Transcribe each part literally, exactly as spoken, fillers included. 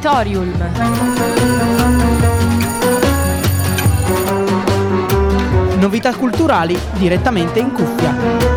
Auditorium. Novità culturali direttamente in cuffia.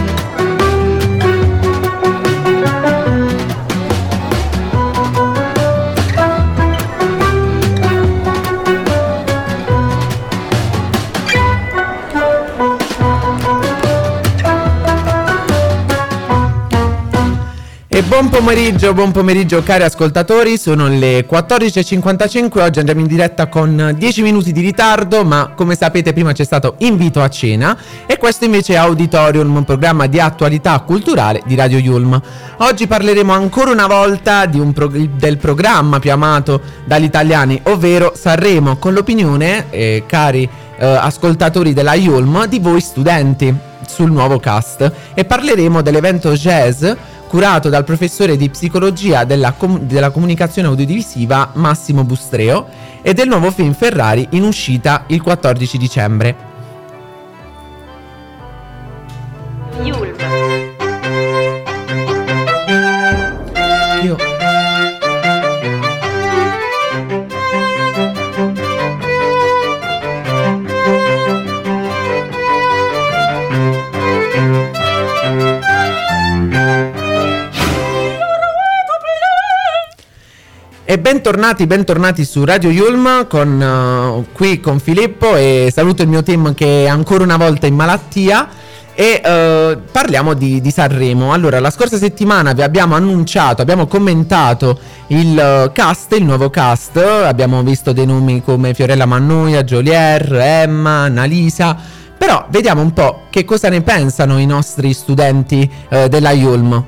E buon pomeriggio, buon pomeriggio cari ascoltatori, sono le quattordici e cinquantacinque, oggi andiamo in diretta con dieci minuti di ritardo, ma come sapete prima c'è stato invito a cena e questo invece è Auditorium, un programma di attualità culturale di Radio Yulm. Oggi parleremo ancora una volta di un prog- del programma più amato dagli italiani, ovvero Sanremo, con l'opinione, eh, cari eh, ascoltatori della Yulm, di voi studenti sul nuovo cast, e parleremo dell'evento jazz curato dal professore di psicologia della, com- della comunicazione audiovisiva Massimo Bustreo e del nuovo film Ferrari in uscita il quattordici dicembre. Yulm. Io E bentornati, bentornati su Radio Yulm con, uh, qui con Filippo, e saluto il mio team che è ancora una volta in malattia e uh, parliamo di, di Sanremo. Allora, la scorsa settimana vi abbiamo annunciato, abbiamo commentato il uh, cast, il nuovo cast, abbiamo visto dei nomi come Fiorella Mannoia, Geolier, Emma, Annalisa, però vediamo un po' che cosa ne pensano i nostri studenti uh, della Yulm.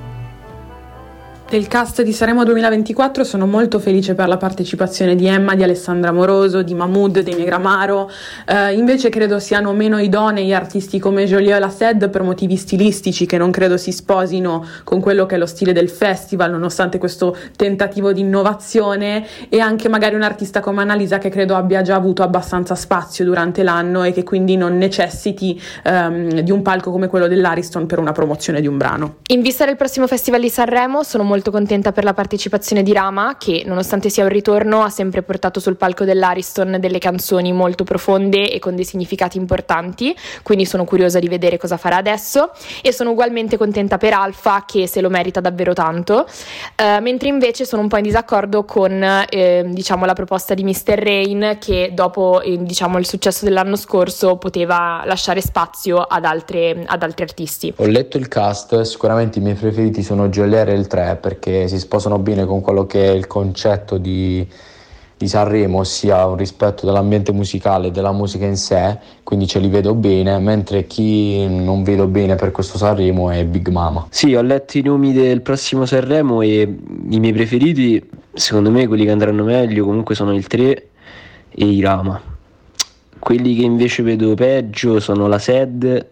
Del cast di Sanremo duemilaventiquattro sono molto felice per la partecipazione di Emma, di Alessandra Moroso, di Mahmood, di Negramaro. Eh, invece credo siano meno idonei artisti come Joliot e la Sed per motivi stilistici che non credo si sposino con quello che è lo stile del festival, nonostante questo tentativo di innovazione, e anche magari un artista come Annalisa che credo abbia già avuto abbastanza spazio durante l'anno e che quindi non necessiti ehm, di un palco come quello dell'Ariston per una promozione di un brano. In vista del prossimo Festival di Sanremo sono molto molto contenta per la partecipazione di Rama, che nonostante sia un ritorno ha sempre portato sul palco dell'Ariston delle canzoni molto profonde e con dei significati importanti, quindi sono curiosa di vedere cosa farà adesso, e sono ugualmente contenta per Alfa, che se lo merita davvero tanto, uh, mentre invece sono un po' in disaccordo con eh, diciamo la proposta di mister Rain, che dopo eh, diciamo il successo dell'anno scorso poteva lasciare spazio ad altre ad altri artisti. Ho letto il cast, sicuramente i miei preferiti sono Geolier e il tre, perché si sposano bene con quello che è il concetto di, di Sanremo, ossia un rispetto dell'ambiente musicale e della musica in sé, quindi ce li vedo bene, mentre chi non vedo bene per questo Sanremo è Big Mama. Sì, ho letto i nomi del prossimo Sanremo e i miei preferiti, secondo me quelli che andranno meglio comunque sono il tre e i Rama. Quelli che invece vedo peggio sono la Sed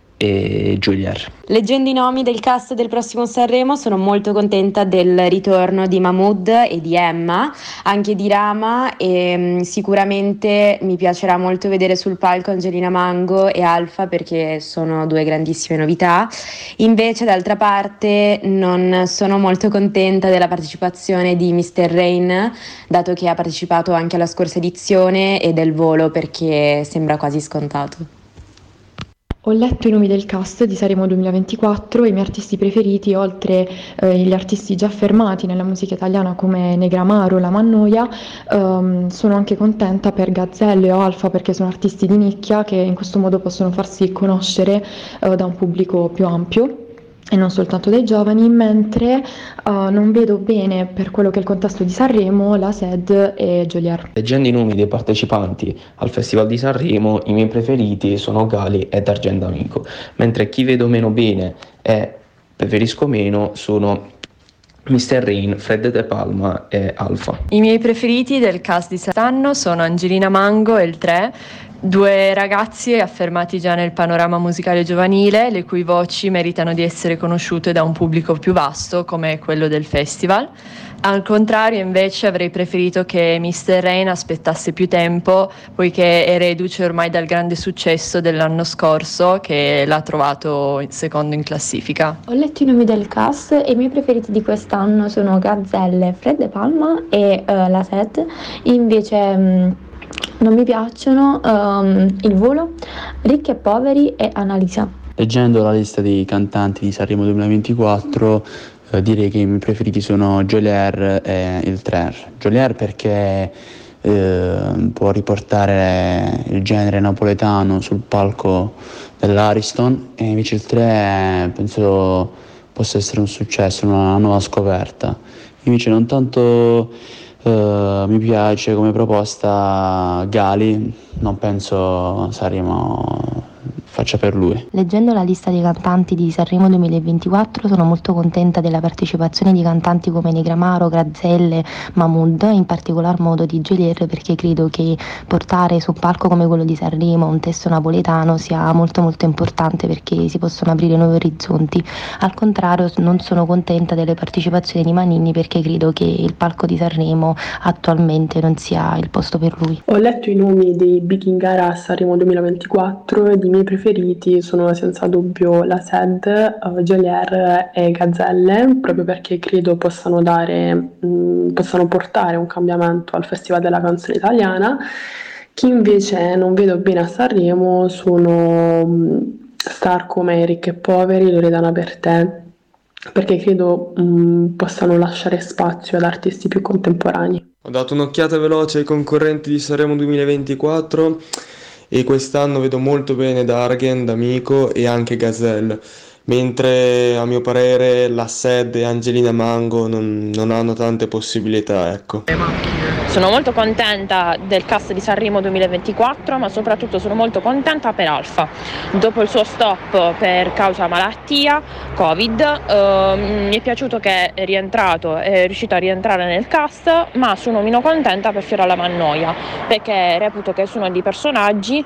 e Geolier. Leggendo i nomi del cast del prossimo Sanremo sono molto contenta del ritorno di Mahmood e di Emma, anche di Rama, e mh, sicuramente mi piacerà molto vedere sul palco Angelina Mango e Alfa, perché sono due grandissime novità. Invece d'altra parte non sono molto contenta della partecipazione di mister Rain, dato che ha partecipato anche alla scorsa edizione, e del volo, perché sembra quasi scontato. Ho letto i nomi del cast di Sanremo duemilaventiquattro e i miei artisti preferiti, oltre eh, gli artisti già affermati nella musica italiana come Negramaro, La Mannoia, ehm, sono anche contenta per Gazzelle o Alfa, perché sono artisti di nicchia che in questo modo possono farsi conoscere eh, da un pubblico più ampio e non soltanto dai giovani, mentre uh, non vedo bene, per quello che è il contesto di Sanremo, la Sed e Geolier. Leggendo i nomi dei partecipanti al Festival di Sanremo, i miei preferiti sono Gali ed Argento Amico, mentre chi vedo meno bene e preferisco meno sono mister Rain, Fred De Palma e Alfa. I miei preferiti del cast di quest'anno sono Angelina Mango e il tre, Due ragazzi affermati già nel panorama musicale giovanile, le cui voci meritano di essere conosciute da un pubblico più vasto come quello del festival. Al contrario, invece, avrei preferito che mister Rain aspettasse più tempo, poiché è reduce ormai dal grande successo dell'anno scorso, che l'ha trovato secondo in classifica. Ho letto i nomi del cast e i miei preferiti di quest'anno sono Gazzelle, Fred De Palma e uh, La Sed. Invece um, non mi piacciono um, Il Volo, Ricchi e Poveri e Annalisa. Leggendo la lista dei cantanti di Sanremo duemilaventiquattro, eh, direi che i miei preferiti sono Geolier e il tre. Geolier perché eh, può riportare il genere napoletano sul palco dell'Ariston, e invece il tre penso possa essere un successo, una nuova scoperta. Invece non tanto eh, mi piace come proposta Gali, non penso Sanremo faccia per lui. Leggendo la lista dei cantanti di Sanremo duemilaventiquattro sono molto contenta della partecipazione di cantanti come Negramaro, Gazzelle, Mahmood, in particolar modo di Geolier, perché credo che portare su un palco come quello di Sanremo un testo napoletano sia molto molto importante, perché si possono aprire nuovi orizzonti. Al contrario, non sono contenta delle partecipazioni di Maninni, perché credo che il palco di Sanremo attualmente non sia il posto per lui. Ho letto i nomi dei big in gara a Sanremo duemilaventiquattro ed i miei preferiti sono senza dubbio La Sed, uh, Geolier e Gazzelle, proprio perché credo possano dare, mh, possano portare un cambiamento al Festival della Canzone Italiana. Chi invece non vedo bene a Sanremo sono mh, star come Ricchi e Poveri, Loredana Bertè, perché credo mh, possano lasciare spazio ad artisti più contemporanei. Ho dato un'occhiata veloce ai concorrenti di Sanremo duemilaventiquattro e quest'anno vedo molto bene Dargen, D'Amico e anche Gazelle, mentre a mio parere La Sed e Angelina Mango non, non hanno tante possibilità, ecco. Sono molto contenta del cast di Sanremo duemilaventiquattro, ma soprattutto sono molto contenta per Alfa. Dopo il suo stop per causa malattia, Covid, eh, mi è piaciuto che è rientrato, è riuscito a rientrare nel cast, ma sono meno contenta per Fiora Lamannoia, perché reputo che sono dei personaggi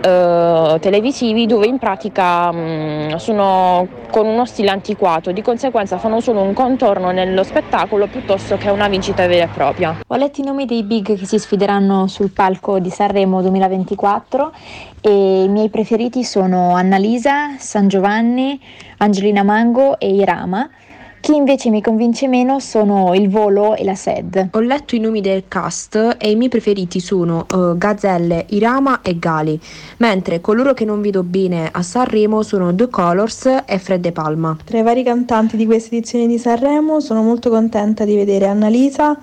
eh, televisivi dove in pratica mh, sono con uno stile antiquato, di conseguenza fanno solo un contorno nello spettacolo piuttosto che una vincita vera e propria. Ho letto i nomi dei big che si sfideranno sul palco di Sanremo duemilaventiquattro e i miei preferiti sono Annalisa, San Giovanni, Angelina Mango e Irama. Chi invece mi convince meno sono Il Volo e La Sed. Ho letto i nomi del cast e i miei preferiti sono uh, Gazzelle, Irama e Gali, mentre coloro che non vedo bene a Sanremo sono The Colors e Fred De Palma. Tra i vari cantanti di questa edizione di Sanremo sono molto contenta di vedere Annalisa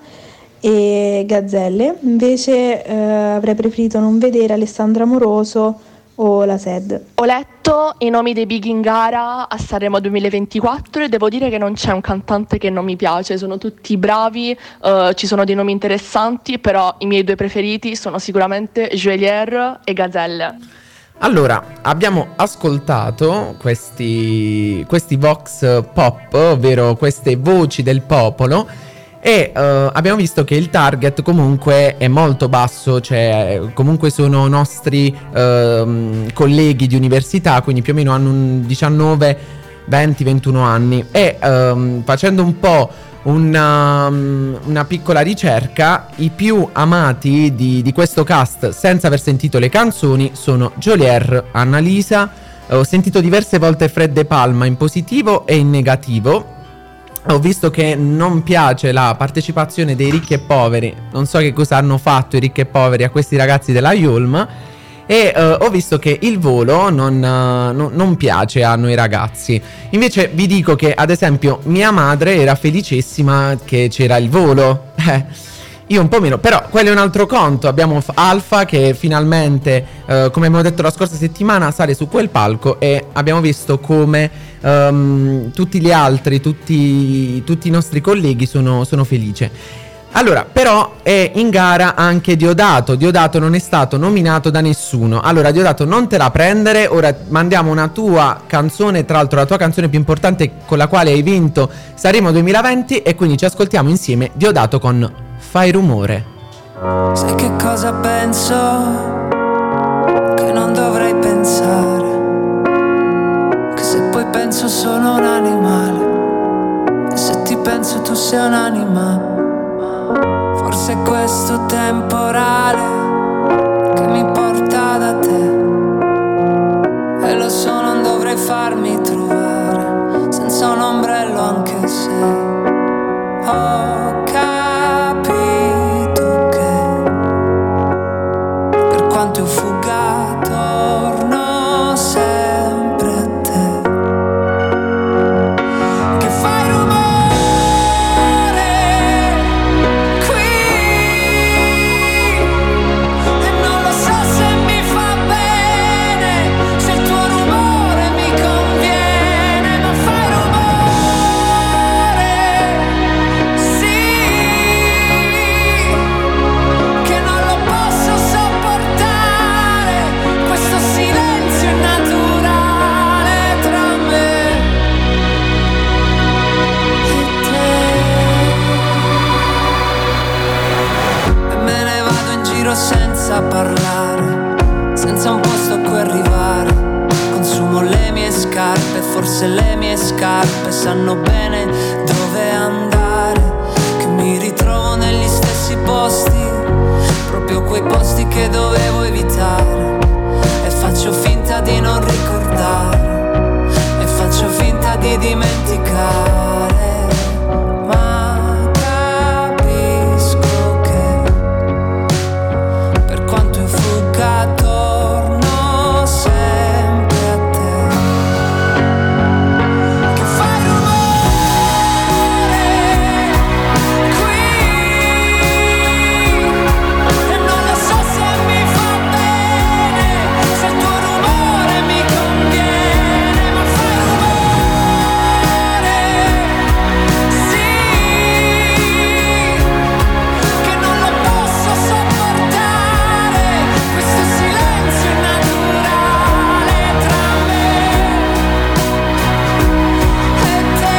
e Gazzelle, invece eh, avrei preferito non vedere Alessandra Moroso o La Sed. Ho letto i nomi dei big in gara a Sanremo duemilaventiquattro e devo dire che non c'è un cantante che non mi piace, sono tutti bravi, uh, ci sono dei nomi interessanti, però i miei due preferiti sono sicuramente Geolier e Gazzelle. Allora, abbiamo ascoltato questi, questi vox pop, ovvero queste voci del popolo, e uh, abbiamo visto che il target comunque è molto basso, cioè comunque sono nostri uh, colleghi di università, quindi più o meno hanno un diciannove, venti, ventuno anni, e um, facendo un po' una, una piccola ricerca, i più amati di, di questo cast senza aver sentito le canzoni sono Geolier, Annalisa, ho sentito diverse volte Fred De Palma in positivo e in negativo. Ho visto che non piace la partecipazione dei Ricchi e Poveri, non so che cosa hanno fatto i Ricchi e Poveri a questi ragazzi della Yulm, e uh, ho visto che Il Volo non, uh, no, non piace a noi ragazzi. Invece vi dico che ad esempio mia madre era felicissima che c'era Il Volo, eh, io un po' meno, però quello è un altro conto. Abbiamo Alfa che finalmente, uh, come abbiamo detto la scorsa settimana, sale su quel palco, e abbiamo visto come um, tutti gli altri, tutti, tutti i nostri colleghi sono, sono felici. Allora, però è in gara anche Diodato. Diodato non è stato nominato da nessuno. Allora, Diodato, non te la prendere. Ora mandiamo una tua canzone, tra l'altro la tua canzone più importante con la quale hai vinto Sanremo duemilaventi, e quindi ci ascoltiamo insieme Diodato con Fai Rumore. Sai che cosa penso? penso sono un animale, e se ti penso tu sei un'anima. Forse è questo temporale che mi porta da te, e lo so non dovrei farmi trovare senza un ombrello, anche se ho capito che per quanto io fugga torno sempre a te, che fai rumore qui e non lo so se mi fa bene, se il tuo rumore mi conviene, ma fai rumore, sì, che non lo posso sopportare, questo silenzio è naturale tra me e te. E me ne vado in giro senza parlare, senza un posto a cui arrivare. Consumo le mie scarpe, forse le mie scarpe sanno bene dove andare, che mi ritrovo negli stessi posti, proprio quei posti che dovevo evitare, e faccio finta di non ricordare, e faccio finta di dimenticare, ma capisco che per quanto io fugga torno sempre a te, che fai rumore qui e non lo so se mi fa bene, se il tuo rumore mi conviene, ma fai rumore, sì, che non lo posso sopportare, questo silenzio è naturale tra me e te.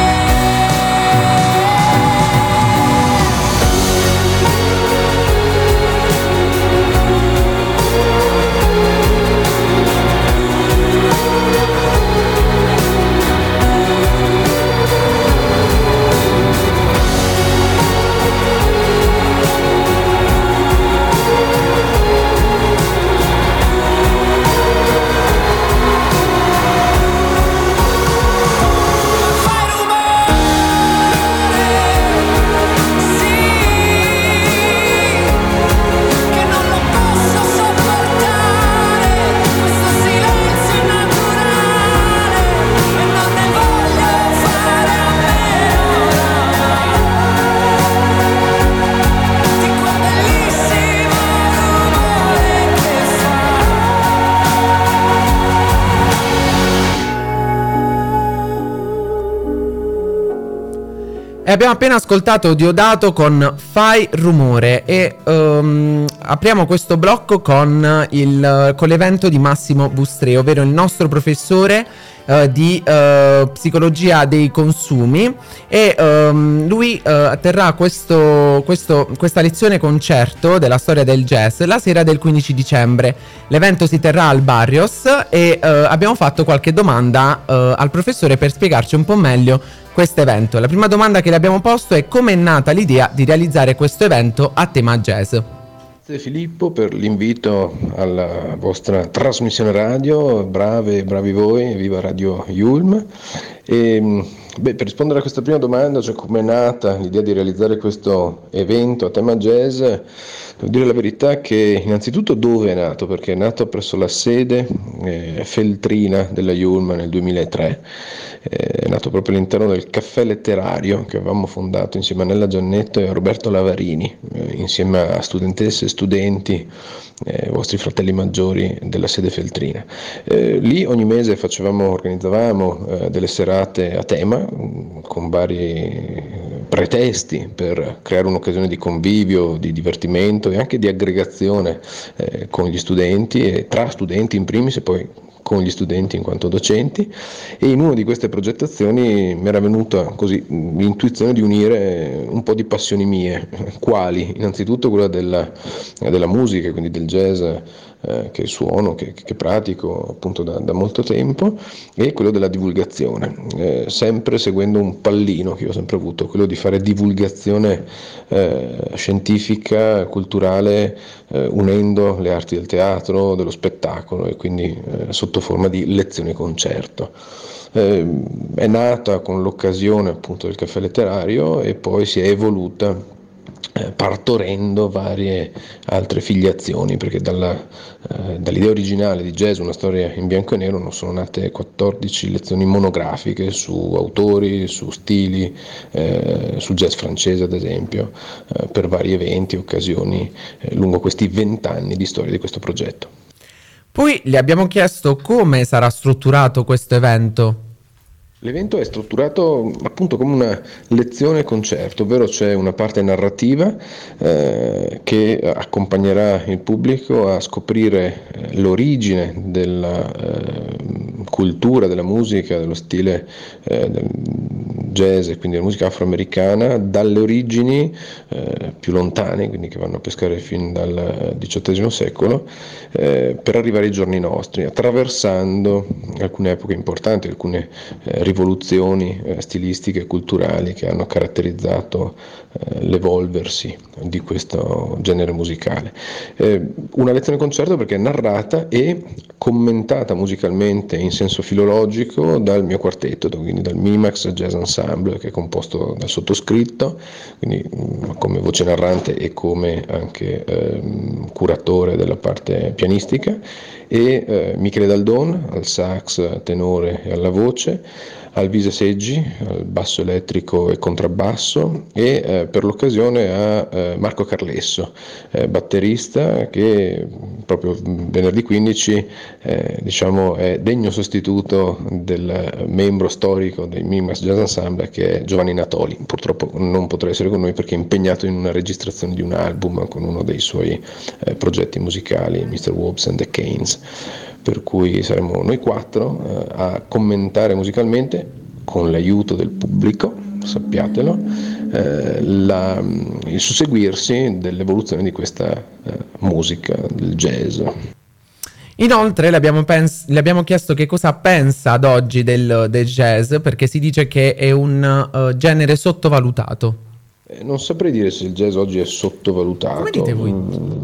E abbiamo appena ascoltato Diodato con Fai Rumore e um, apriamo questo blocco con, il, con l'evento di Massimo Bustrè, ovvero il nostro professore uh, di uh, psicologia dei consumi, e um, lui uh, terrà questo, questo, questa lezione concerto della storia del jazz la sera del quindici dicembre. L'evento si terrà al Barrios e uh, abbiamo fatto qualche domanda uh, al professore per spiegarci un po' meglio questo evento. La prima domanda che le abbiamo posto è: come è nata l'idea di realizzare questo evento a tema jazz? Grazie Filippo per l'invito alla vostra trasmissione radio, brave bravi voi, viva Radio Yulm. E, beh, per rispondere a questa prima domanda, cioè come è nata l'idea di realizzare questo evento a tema jazz, devo dire la verità che innanzitutto dove è nato, perché è nato presso la sede eh, feltrina della Yulm nel duemilatré, è nato proprio all'interno del caffè letterario che avevamo fondato insieme a Nella Giannetto e a Roberto Lavarini, eh, insieme a studentesse e studenti, eh, vostri fratelli maggiori della sede feltrina. Eh, lì ogni mese facevamo, organizzavamo eh, delle serate a tema mh, con vari pretesti per creare un'occasione di convivio, di divertimento e anche di aggregazione eh, con gli studenti e tra studenti in primis e poi con gli studenti in quanto docenti, e in una di queste progettazioni mi era venuta così l'intuizione di unire un po' di passioni mie, quali innanzitutto quella della, della musica, quindi del jazz eh, che suono, che, che pratico appunto da, da molto tempo, e quello della divulgazione, eh, sempre seguendo un pallino che ho sempre avuto, quello di fare divulgazione eh, scientifica, culturale, eh, unendo le arti del teatro, dello spettacolo, e quindi eh, sotto forma di lezioni concerto. Eh, è nata con l'occasione appunto del caffè letterario e poi si è evoluta eh, partorendo varie altre filiazioni, perché dalla, eh, dall'idea originale di Jazz, una storia in bianco e nero, non sono nate quattordici lezioni monografiche su autori, su stili, eh, sul jazz francese ad esempio, eh, per vari eventi e occasioni eh, lungo questi vent'anni di storia di questo progetto. Poi le abbiamo chiesto come sarà strutturato questo evento. L'evento è strutturato appunto come una lezione concerto, ovvero c'è una parte narrativa eh, che accompagnerà il pubblico a scoprire eh, l'origine della eh, cultura, della musica, dello stile eh, del jazz e quindi della musica afroamericana, dalle origini eh, più lontane, quindi che vanno a pescare fin dal diciottesimo secolo, eh, per arrivare ai giorni nostri, attraversando alcune epoche importanti, alcune eh, rivoluzioni eh, stilistiche e culturali che hanno caratterizzato eh, l'evolversi di questo genere musicale. Eh, una lezione concerto perché è narrata e commentata musicalmente in senso filologico dal mio quartetto, quindi dal Mimax Jazz Ensemble, che è composto dal sottoscritto, quindi mh, come voce narrante e come anche eh, curatore della parte pianistica, e eh, Michele Daldon al sax tenore e alla voce, Alvise Seggi al basso elettrico e contrabbasso, e eh, per l'occasione a eh, Marco Carlesso, eh, batterista, che proprio venerdì quindici eh, diciamo è degno sostituto del membro storico dei Mimas Jazz Ensemble, che è Giovanni Natoli. Purtroppo non potrà essere con noi perché è impegnato in una registrazione di un album con uno dei suoi eh, progetti musicali, mister Wobbs and the Canes. Per cui saremo noi quattro eh, a commentare musicalmente, con l'aiuto del pubblico, sappiatelo, eh, la, il susseguirsi dell'evoluzione di questa eh, musica, del jazz. Inoltre le abbiamo, pens- le abbiamo chiesto che cosa pensa ad oggi del, del jazz, perché si dice che è un uh, genere sottovalutato. Eh, non saprei dire se il jazz oggi è sottovalutato. Come dite voi?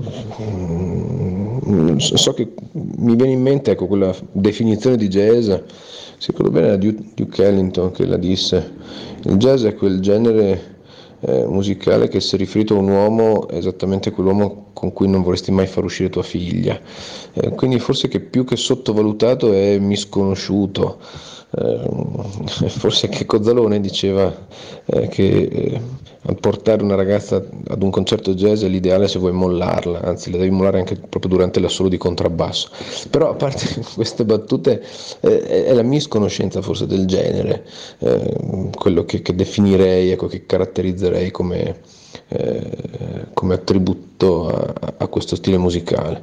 Mm, so che mi viene in mente, ecco, quella definizione di jazz, secondo me era Duke, Duke Ellington che la disse: il jazz è quel genere eh, musicale che, se riferito a un uomo, è esattamente quell'uomo con cui non vorresti mai far uscire tua figlia, eh, quindi forse che più che sottovalutato è misconosciuto. Eh, forse che Cozzalone diceva eh, che eh, portare una ragazza ad un concerto jazz è l'ideale se vuoi mollarla, anzi la devi mollare anche proprio durante l'assolo di contrabbasso. Però, a parte queste battute, eh, è la misconoscenza forse del genere eh, quello che, che definirei, ecco, che caratterizzerei come, eh, come attributo a, a questo stile musicale.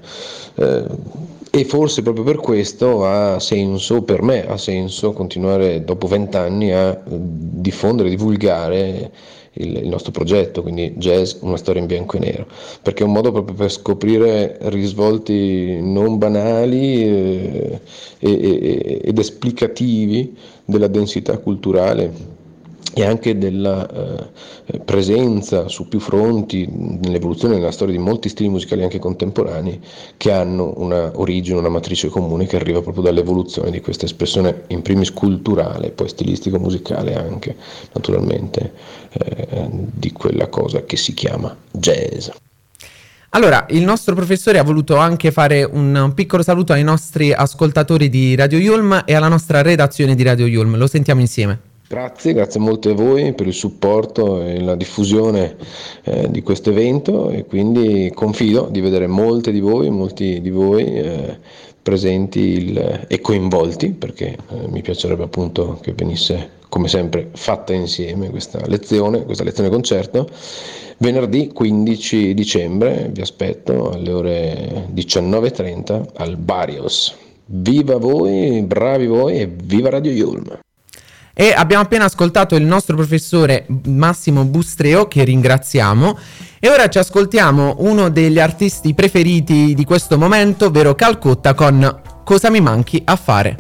Eh, E forse proprio per questo ha senso, per me ha senso, continuare dopo vent'anni a diffondere, divulgare il, il nostro progetto, quindi Jazz, una storia in bianco e nero, perché è un modo proprio per scoprire risvolti non banali eh, e, e, ed esplicativi della densità culturale e anche della eh, presenza su più fronti nell'evoluzione nella storia di molti stili musicali anche contemporanei, che hanno una origine, una matrice comune che arriva proprio dall'evoluzione di questa espressione in primis culturale, poi stilistico musicale anche naturalmente eh, di quella cosa che si chiama jazz. Allora, il nostro professore ha voluto anche fare un piccolo saluto ai nostri ascoltatori di Radio Yulm e alla nostra redazione di Radio Yulm. Lo sentiamo insieme. Grazie, grazie molte a voi per il supporto e la diffusione eh, di questo evento, e quindi confido di vedere molte di voi, molti di voi eh, presenti il, e coinvolti, perché eh, mi piacerebbe appunto che venisse come sempre fatta insieme questa lezione, questa lezione concerto. Venerdì quindici dicembre vi aspetto alle ore diciannove e trenta al Barrios. Viva voi, bravi voi e viva Radio Yulm! E abbiamo appena ascoltato il nostro professore Massimo Bustreo, che ringraziamo. E ora ci ascoltiamo uno degli artisti preferiti di questo momento, ovvero Calcutta, con Cosa mi manchi a fare.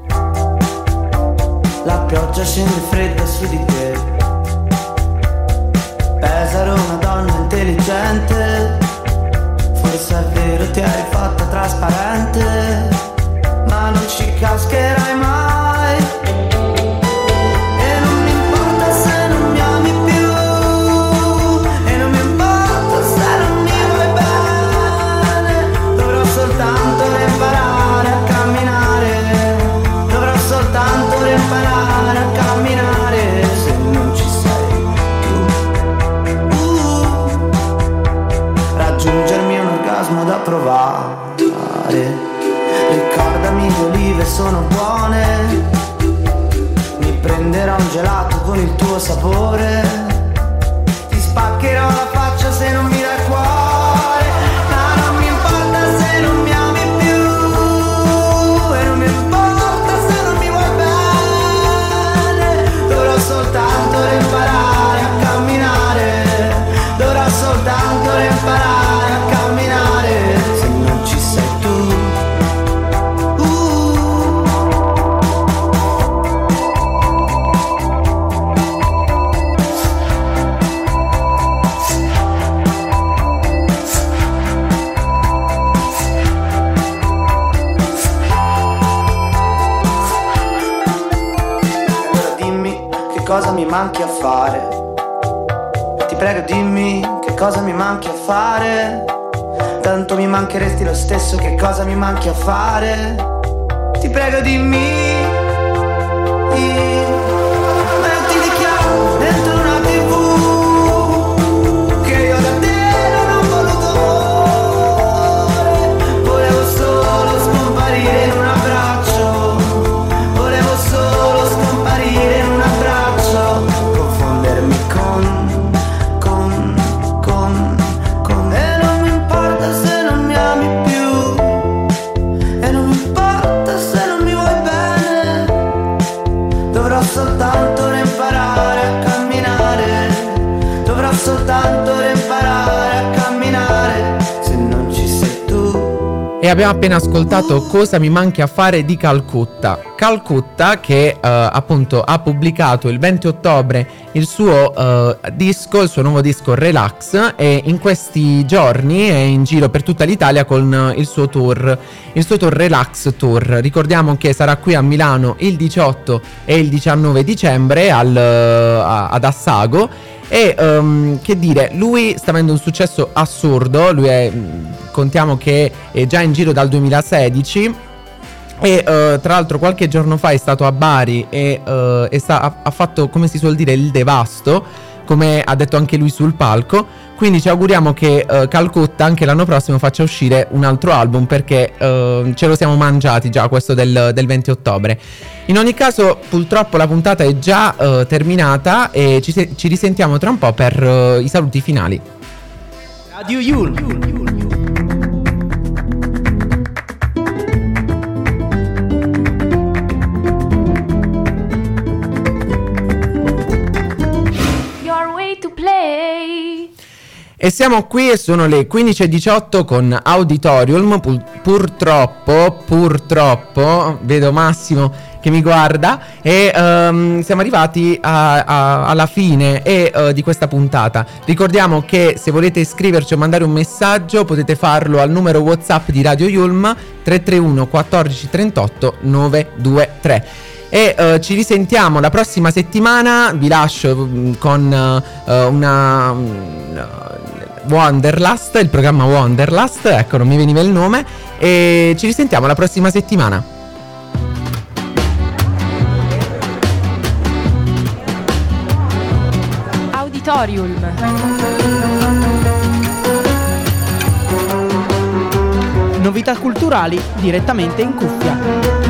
La pioggia scende fredda su di te. Pesaro, una donna intelligente. Forse è vero, ti hai fatta trasparente, ma non ci cascherai mai. Da provare, ricordami le olive sono buone, mi prenderò un gelato con il tuo sapore, ti spaccherò la faccia se non mi dai cuore, ma non mi importa se non mi ami più, e non mi importa se non mi vuoi bene, dovrò soltanto imparare a camminare, dovrò soltanto imparare. Cosa mi manchi a fare? Ti prego dimmi che cosa mi manchi a fare. Tanto mi mancheresti lo stesso, che cosa mi manchi a fare? Ti prego dimmi. Metti di chiaro dentro una tivù che io da te non ho voluto amore. Volevo solo scomparire in un abbraccio, volevo solo scomparire in un abbraccio, confondermi con, con, con, con. E non mi importa se non mi ami più, e non mi importa se non mi vuoi bene, dovrò soltanto imparare a camminare, dovrò soltanto imparare a camminare, se non ci sei tu. E abbiamo appena ascoltato Cosa mi manchi a fare di Calcutta. Calcutta che uh, appunto ha pubblicato il venti ottobre il suo uh, disco, il suo nuovo disco Relax, e in questi giorni è in giro per tutta l'Italia con uh, il suo tour, il suo tour Relax Tour. Ricordiamo che sarà qui a Milano il diciotto e il diciannove dicembre al, uh, a, ad Assago. E um, che dire, lui sta avendo un successo assurdo. Lui è, contiamo che è già in giro dal duemilasedici. E uh, tra l'altro qualche giorno fa è stato a Bari e, uh, e sta, ha, ha fatto, come si suol dire, il devasto, come ha detto anche lui sul palco. Quindi ci auguriamo che uh, Calcutta anche l'anno prossimo faccia uscire un altro album, perché uh, ce lo siamo mangiati già questo del, del venti ottobre. In ogni caso purtroppo la puntata è già uh, terminata e ci, se- ci risentiamo tra un po' per uh, i saluti finali. Radio Yulm. E siamo qui e sono le quindici e diciotto con Auditorium. Pur- purtroppo, purtroppo, vedo Massimo che mi guarda e um, siamo arrivati a, a, alla fine e, uh, di questa puntata. Ricordiamo che se volete iscriverci o mandare un messaggio potete farlo al numero WhatsApp di Radio Yulm tre tre uno quattordici trentotto novecentoventistre. E uh, ci risentiamo la prossima settimana. Vi lascio um, con uh, una um, Wanderlust, il programma Wanderlust, ecco, non mi veniva il nome. E ci risentiamo la prossima settimana. Auditorium. Novità culturali direttamente in cuffia.